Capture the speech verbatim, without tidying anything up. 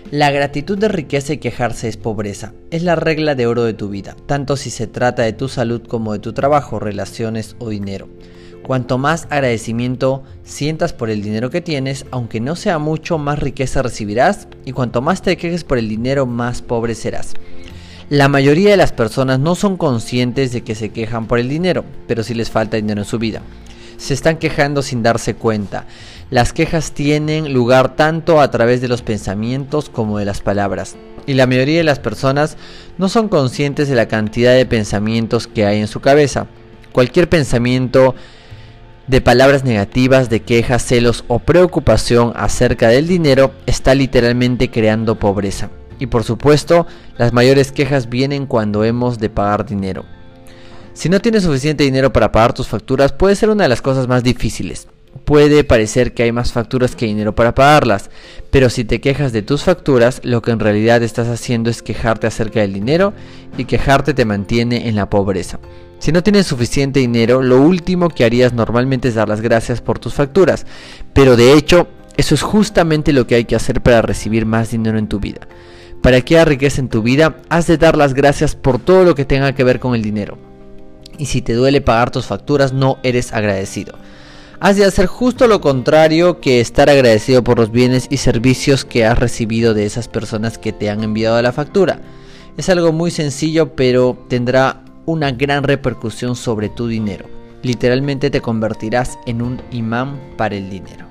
La gratitud de riqueza y quejarse es pobreza. Es la regla de oro de tu vida, tanto si se trata de tu salud como de tu trabajo, relaciones o dinero. Cuanto más agradecimiento sientas por el dinero que tienes, aunque no sea mucho, más riqueza recibirás, y cuanto más te quejes por el dinero, más pobre serás. La mayoría de las personas no son conscientes de que se quejan por el dinero, pero sí les falta dinero en su vida. Se están quejando sin darse cuenta. Las quejas tienen lugar tanto a través de los pensamientos como de las palabras. Y la mayoría de las personas no son conscientes de la cantidad de pensamientos que hay en su cabeza. Cualquier pensamiento de palabras negativas, de quejas, celos o preocupación acerca del dinero está literalmente creando pobreza. Y por supuesto, las mayores quejas vienen cuando hemos de pagar dinero. Si no tienes suficiente dinero para pagar tus facturas, puede ser una de las cosas más difíciles. Puede parecer que hay más facturas que dinero para pagarlas, pero si te quejas de tus facturas, lo que en realidad estás haciendo es quejarte acerca del dinero, y quejarte te mantiene en la pobreza. Si no tienes suficiente dinero, lo último que harías normalmente es dar las gracias por tus facturas, pero de hecho, eso es justamente lo que hay que hacer para recibir más dinero en tu vida. Para que haya riqueza en tu vida, has de dar las gracias por todo lo que tenga que ver con el dinero. Y si te duele pagar tus facturas, no eres agradecido. Has de hacer justo lo contrario que estar agradecido por los bienes y servicios que has recibido de esas personas que te han enviado la factura. Es algo muy sencillo, pero tendrá una gran repercusión sobre tu dinero. Literalmente te convertirás en un imán para el dinero.